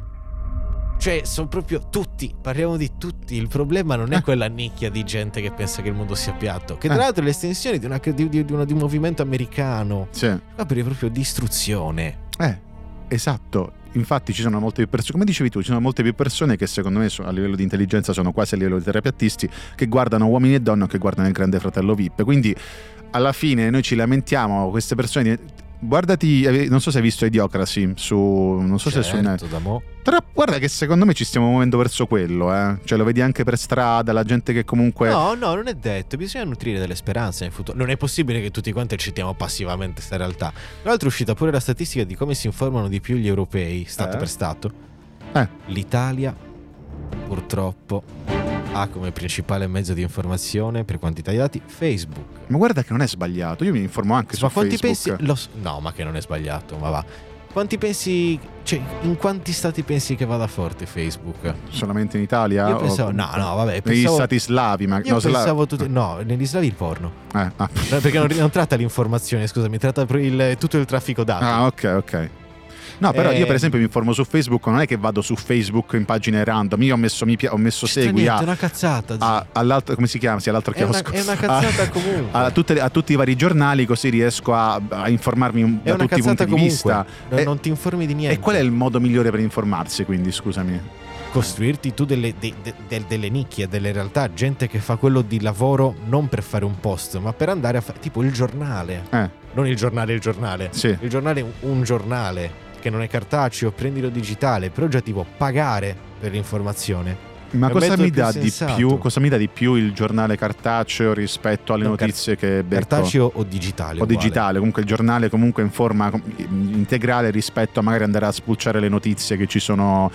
Cioè, sono proprio tutti, parliamo di tutti. Il problema non è Eh. quella nicchia di gente che pensa che il mondo sia piatto, che tra Eh. l'altro è l'estensione di, una, di, di, di, una- di un movimento americano. Sì. Qua per proprio distruzione. Eh, esatto. Infatti ci sono molte più persone, come dicevi tu, ci sono molte più persone che secondo me sono- a livello di intelligenza sono quasi a livello di terapiattisti, che guardano uomini e donne o che guardano il Grande Fratello V I P. Quindi alla fine noi ci lamentiamo, queste persone... Guardati, eh, non so se hai visto Idiocracy su... non so se è su Certo, net. da mo'. Però guarda che secondo me ci stiamo muovendo verso quello, eh. Cioè lo vedi anche per strada, la gente che comunque... No, no, non è detto, bisogna nutrire delle speranze nel futuro. Non è possibile che tutti quanti accettiamo passivamente questa realtà. Tra l'altro è uscita pure la statistica di come si informano di più gli europei, stato Eh? per stato. Eh. L'Italia, purtroppo, ha come principale mezzo di informazione per quantità di dati Facebook. Ma guarda che non è sbagliato, io mi informo anche Ma su quanti Facebook. pensi... lo s- no, ma che non è sbagliato, ma va. Quanti pensi... Cioè, in quanti stati pensi che vada forte Facebook? Solamente in Italia? Io o pensavo... No, comunque no, vabbè, Negli pensavo... stati slavi, ma... Io no, sla- pensavo tutti... No, negli slavi il porno. Eh, ah. No, perché non, non tratta l'informazione, scusami, tratta pro- il- tutto il traffico dati. Ah, ok, ok. No, però Eh, io per esempio mi informo su Facebook, non è che vado su Facebook in pagine random, io ho messo, mi pi- ho messo C'è segui niente, a, è una cazzata. zio. a- all'altro, come si chiama? Sì, all'altro è, una, chiosco. è una cazzata a, comunque. a, tutte le- a tutti i vari giornali, così riesco a, a informarmi un- è da una tutti i cazzata punti di comunque. vista. Non, E- non ti informi di niente. E qual è il modo migliore per informarsi, quindi, scusami? Costruirti tu delle, de- de- de- delle nicchie, delle realtà, gente che fa quello di lavoro non per fare un post, ma per andare a fare tipo il giornale. Eh, Non il giornale, il giornale. sì. Il giornale è un, un giornale che non è cartaceo, prendilo digitale, però già tipo pagare per l'informazione. Ma È un cosa metodo mi, più dà di sensato. più, cosa mi dà di più il giornale cartaceo rispetto alle No, car- notizie che becco? Cartaceo o digitale? O uguale. digitale, comunque il giornale comunque in forma com- integrale rispetto a magari andare a spulciare le notizie che ci sono,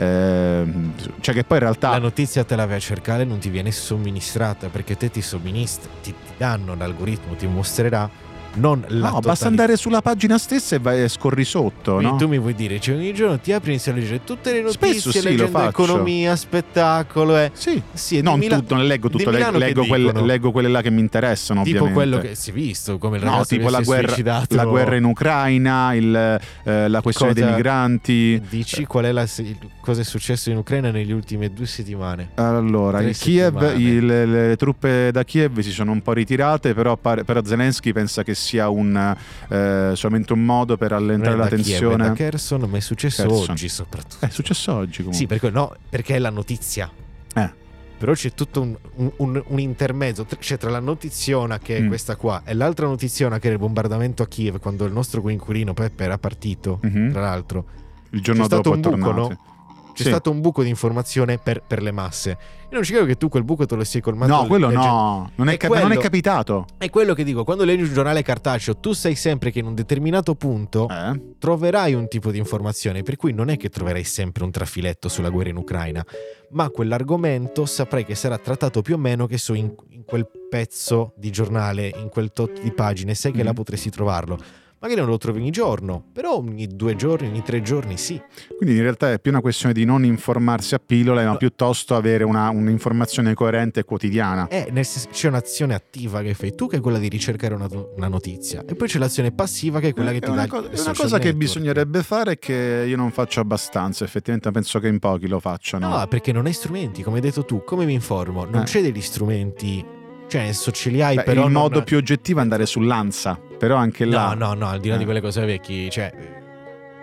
ehm, cioè che poi in realtà La notizia te la vai a cercare, non ti viene somministrata perché te ti somministri, ti, ti danno l'algoritmo, ti mostrerà non la no, totalità. basta andare sulla pagina stessa e vai e scorri sotto, Quindi no? tu mi vuoi dire, cioè ogni giorno ti apri e inizi a leggere tutte le notizie, Spesso sì, lo leggendo faccio. economia, spettacolo, eh. Sì, Sì, e non di Mila- tutto, non leggo di tutto, Milano leggo, che leggo quelle, dicono? leggo quelle là che mi interessano, tipo ovviamente. quello che si è visto, come il No, ragazzo tipo che la si è guerra, suicidato. la guerra in Ucraina, il, eh, la questione Cosa- dei migranti. Dici qual è la, cosa è successo in Ucraina nelle ultime due settimane? Allora, Tre il Kiev, settimane. il- le, le truppe da Kiev si sono un po' ritirate, però, pare- però Zelensky pensa che sia un, eh, solamente un modo per allentare Non è la da Kiev, è tensione. da Kherson, ma è successo Kherson. oggi soprattutto. È successo oggi comunque. Sì, perché, no, perché è la notizia. Eh. Però c'è tutto un, un- un- un intermezzo, tr- c'è tra la notiziona che è Mm. questa qua e l'altra notiziona che era il bombardamento a Kiev quando il nostro coinquilino Peppe era partito, Mhm. tra l'altro. Il giorno C'è stato dopo un è buco, tornato. no? C'è Sì. stato un buco di informazione per, per le masse. Io non ci credo che tu quel buco te lo sia colmato. No, quello leggendo- no, non è, È cap- non è quello- capitato. È quello che dico, quando leggi un giornale cartaceo, tu sai sempre che in un determinato punto Eh? troverai un tipo di informazione, per cui non è che troverai sempre un trafiletto sulla guerra in Ucraina, ma quell'argomento saprai che sarà trattato più o meno che so in, in quel pezzo di giornale, in quel tot di pagine, sai che Mm. là potresti trovarlo. Magari non lo trovi ogni giorno, però ogni due giorni, ogni tre giorni sì. Quindi in realtà è più una questione di non informarsi a pillole, ma No. piuttosto avere una, un'informazione coerente e quotidiana. Eh, nel senso, c'è un'azione attiva che fai tu, che è quella di ricercare una, una notizia, e poi c'è l'azione passiva che è quella che È ti una, dà co- il è una social cosa che network. bisognerebbe fare e che io non faccio abbastanza, effettivamente penso che in pochi lo facciano. No, perché non hai strumenti, come hai detto tu. Come mi informo? Non Eh. c'è degli strumenti. Cioè, nel senso, ce li hai, Beh, però. il non- modo più oggettivo è andare sull'Ansa, però anche là... No, no, no, al di là Eh. di quelle cose vecchie. Cioè,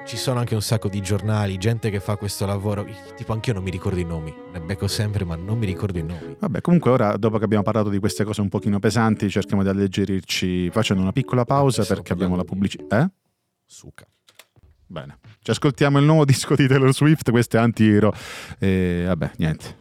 ci sono anche un sacco di giornali, gente che fa questo lavoro, tipo anch'io non mi ricordo i nomi, ne becco sempre ma non mi ricordo i nomi. Vabbè, comunque ora, dopo che abbiamo parlato di queste cose un pochino pesanti, cerchiamo di alleggerirci facendo una piccola pausa. Vabbè, perché abbiamo la pubblicità. Eh? Suca. Bene, ci ascoltiamo il nuovo disco di Taylor Swift, questo è Anti-Hero. E vabbè, niente.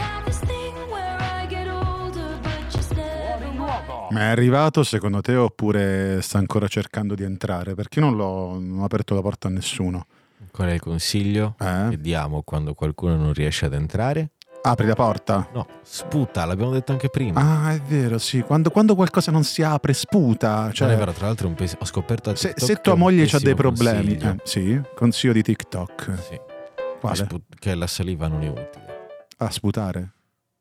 Ma è arrivato secondo te oppure sta ancora cercando di entrare? Perché non l'ho non ho aperto la porta a nessuno. Qual è il consiglio Eh? che diamo quando qualcuno non riesce ad entrare? Apri la porta. No, sputa, l'abbiamo detto anche prima. Ah, è vero, sì. Quando, quando qualcosa non si apre, sputa. Cioè, Non è vero, tra l'altro è un pes- ho scoperto a se, TikTok se che tua è un moglie ha pessimo dei problemi, consiglio. eh, sì, consiglio di TikTok. Sì. Quale? Spu- che la saliva non è utile. A sputare.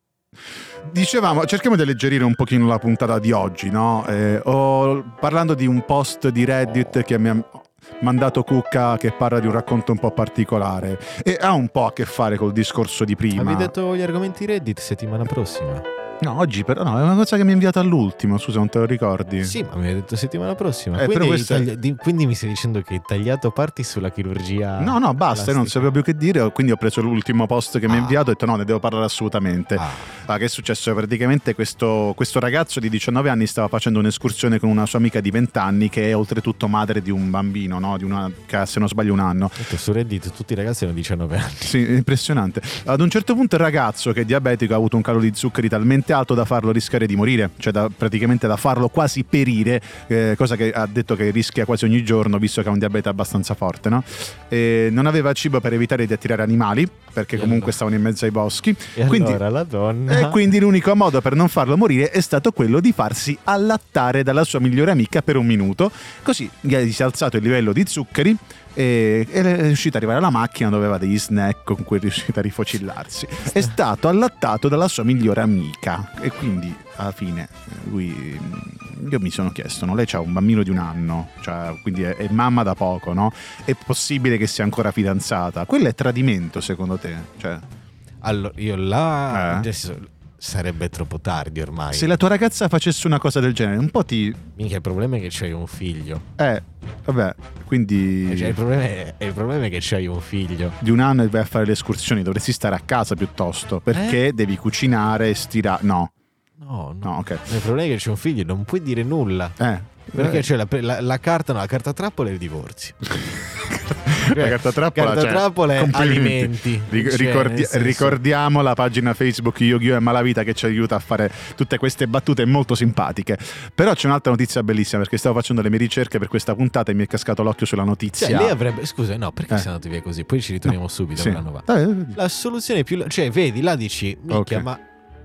Dicevamo, cerchiamo di alleggerire un pochino la puntata di oggi, no? Eh, ho, parlando di un post di Reddit che mi ha mandato Cucca, che parla di un racconto un po' particolare e ha un po' a che fare col discorso di prima. Avevi detto gli argomenti Reddit settimana prossima? No, oggi però no, è una cosa che mi ha inviato all'ultimo, scusa, non te lo ricordi? Sì, ma mi hai detto settimana prossima. Eh, quindi, però questo è- tagli- di- quindi mi stai dicendo che hai tagliato parti sulla chirurgia? No, no, basta, io non plastica? sapevo più che dire, quindi ho preso l'ultimo post che mi ha Ah. inviato e ho detto no, ne devo parlare assolutamente. Ah. Ah, che è successo? Praticamente questo, questo ragazzo di diciannove anni stava facendo un'escursione con una sua amica di venti anni che è oltretutto madre di un bambino, no? Di una, che ha, se non sbaglio, un anno. Detto, su Reddit tutti i ragazzi hanno diciannove anni. Sì, è impressionante. Ad un certo punto il ragazzo, che è diabetico, ha avuto un calo di zuccheri talmente alto da farlo rischiare di morire, cioè da, praticamente da farlo quasi perire, eh, cosa che ha detto che rischia quasi ogni giorno visto che ha un diabete abbastanza forte, no? E non aveva cibo per evitare di attirare animali, perché E comunque allora? stavano in mezzo ai boschi. E Quindi- allora la donna... E quindi l'unico modo per non farlo morire è stato quello di farsi allattare dalla sua migliore amica per un minuto. Così gli si è alzato il livello di zuccheri e e è riuscito ad arrivare alla macchina dove aveva degli snack con cui è riuscito a rifocillarsi. È stato allattato dalla sua migliore amica e quindi alla fine lui... Io mi sono chiesto, no? Lei ha un bambino di un anno, cioè, quindi è, è mamma da poco, no? È possibile che sia ancora fidanzata? Quello è tradimento secondo te? Cioè... Allora, io là... Eh? Adesso sarebbe troppo tardi ormai. Se la tua ragazza facesse una cosa del genere, un po' ti... Minchia, il problema è che c'hai un figlio. Eh, vabbè, quindi... Cioè, il, problema è, il problema è che c'hai un figlio. Di un anno e vai a fare le escursioni, dovresti stare a casa piuttosto, perché devi cucinare e stirare... No, No, no. no, ok. Il problema è che c'è un figlio, non puoi dire nulla. Eh, Perché eh, c'è la, la- la carta, no, la carta trappola e il divorzio. la carta trappola, Carta cioè, trappola e complimenti. alimenti. Ric- Cioè, ricordi- nel senso- ricordiamo la pagina Facebook Yu-Gi-Oh! E Malavita che ci aiuta a fare tutte queste battute molto simpatiche. Però c'è un'altra notizia bellissima, perché stavo facendo le mie ricerche per questa puntata e mi è cascato l'occhio sulla notizia. Cioè, lei avrebbe... Scusa, no, perché Eh. sei andato via così? Poi ci ritorniamo subito Sì. con la nuova. Dai, La soluzione più... Cioè, vedi, là dici, minchia, Ok. ma...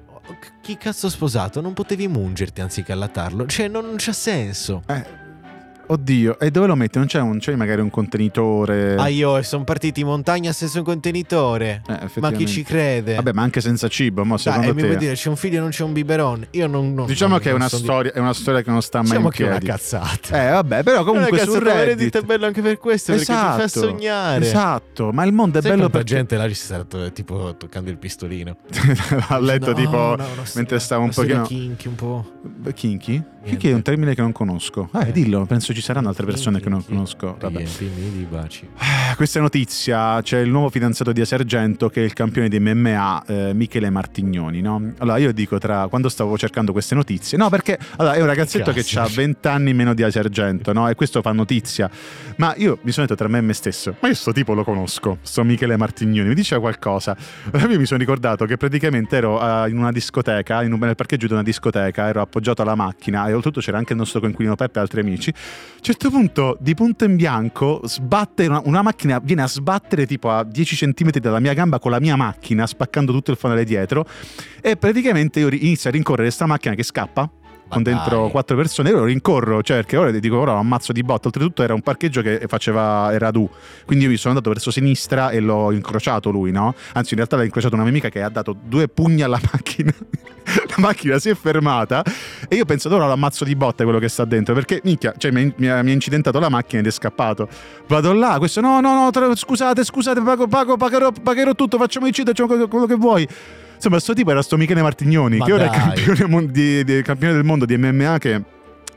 Chi cazzo ha sposato? Non potevi mungerti anziché allattarlo? Cioè, non, non c'ha senso. eh, oddio, e dove lo metti? Non c'è, un, c'è magari un contenitore? Ah, io sono partiti in montagna senza un contenitore. Eh, Ma chi effettivamente. ci crede? Vabbè, ma anche senza cibo, mo, Dai, secondo e mi te... vuoi dire, c'è un figlio e non c'è un biberon? Io non... non Diciamo non- che è non una, so di- storia, è una storia che non sta mai Diciamo in che è una piedi. cazzata. Eh vabbè, però comunque È una su cazzata, ma Reddit, Reddit è bello anche per questo, perché ti fa sognare. Esatto, ma il mondo è Sai bello quanta perché gente là ci sta to- tipo toccando il pistolino. ha letto No, tipo no, una mentre storia- stava un una storia pochino kinky un po'. kinky? Kinky è un termine che non conosco. Eh, Eh. dillo, penso ci saranno altre persone che non Kinky, conosco. Vabbè. riempimi di baci. Eh, Questa notizia, c'è il nuovo fidanzato di Asergento che è il campione di M M A, eh, Michele Martignoni, no? Allora io dico, tra quando stavo cercando queste notizie, no, perché allora, è un ragazzetto che Classico. ha venti anni meno di Asergento, no? E questo fa notizia. Ma io mi sono detto tra me e me stesso, ma io sto tipo lo conosco, sto Michele Martignoni, mi diceva qualcosa. Allora io mi sono ricordato che praticamente ero eh, in una discoteca, in un, nel parcheggio di una discoteca, ero appoggiato alla macchina e oltretutto c'era anche il nostro coinquilino Peppe e altri amici. A un certo punto, di punto in bianco, sbatte una, una macchina, viene a sbattere tipo a dieci centimetri dalla mia gamba con la mia macchina, spaccando tutto il fanale dietro, e praticamente io ri- inizio a rincorrere sta macchina che scappa con dentro dai. quattro persone. Io lo rincorro, cioè perché ora dico ora lo ammazzo di botta. Oltretutto era un parcheggio che faceva era Radu, quindi io mi sono andato verso sinistra e l'ho incrociato lui, no? Anzi in realtà l'ha incrociato una mia amica che ha dato due pugni alla macchina. La macchina si è fermata e io penso ora lo ammazzo di botta quello che sta dentro, perché minchia, cioè mi, mi ha mi ha incidentato la macchina ed è scappato. Vado là, questo no no no tra- scusate scusate pago, pago, pagherò, pagherò tutto, facciamo i cid, facciamo quello che vuoi. Insomma, sto tipo era sto Michele Martignoni, Ma che ora è dai. campione, mon- di, di- campione del mondo di M M A, che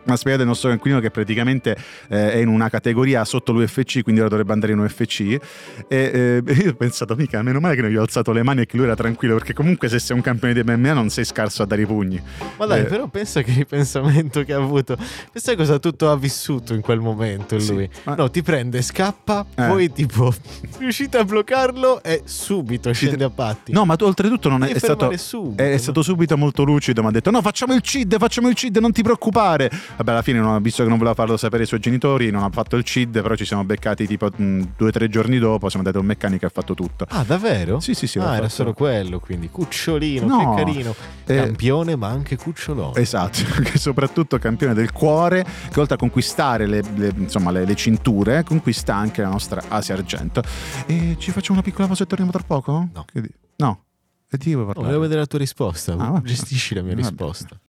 ha spiegato il nostro coinquilino che praticamente eh, è in una categoria sotto l'U F C, quindi ora dovrebbe andare in U F C, e eh, io ho pensato, mica, meno male che non gli ho alzato le mani e che lui era tranquillo, perché comunque se sei un campione di M M A non sei scarso a dare i pugni. Ma dai, eh, però pensa che ripensamento che ha avuto, pensa cosa tutto ha vissuto in quel momento lui. Sì, ma... no, ti prende, scappa, eh. poi tipo riuscite a bloccarlo e subito scende a patti. No, ma tu oltretutto non è, Devi è stato subito, è, è stato subito molto lucido, mi ha detto no, facciamo il C I D, facciamo il C I D, non ti preoccupare. Vabbè, alla fine non ha visto che non voleva farlo sapere ai suoi genitori, non ha fatto il C I D, però ci siamo beccati tipo mh, due o tre giorni dopo, siamo andati a un meccanico e ha fatto tutto. Ah, davvero? Sì, sì, sì. Ah, era fatto. solo quello, quindi cucciolino, no, che carino. eh, Campione, ma anche cucciolone. Esatto, che soprattutto campione del cuore, che oltre a conquistare le, le, insomma, le, le cinture, conquista anche la nostra Asia Argento. E ci facciamo una piccola pausa e torniamo tra poco? No. Che di- no. E ti vuoi No, parlare? volevo vedere la tua risposta. Ah, Gestisci la mia vabbè. risposta.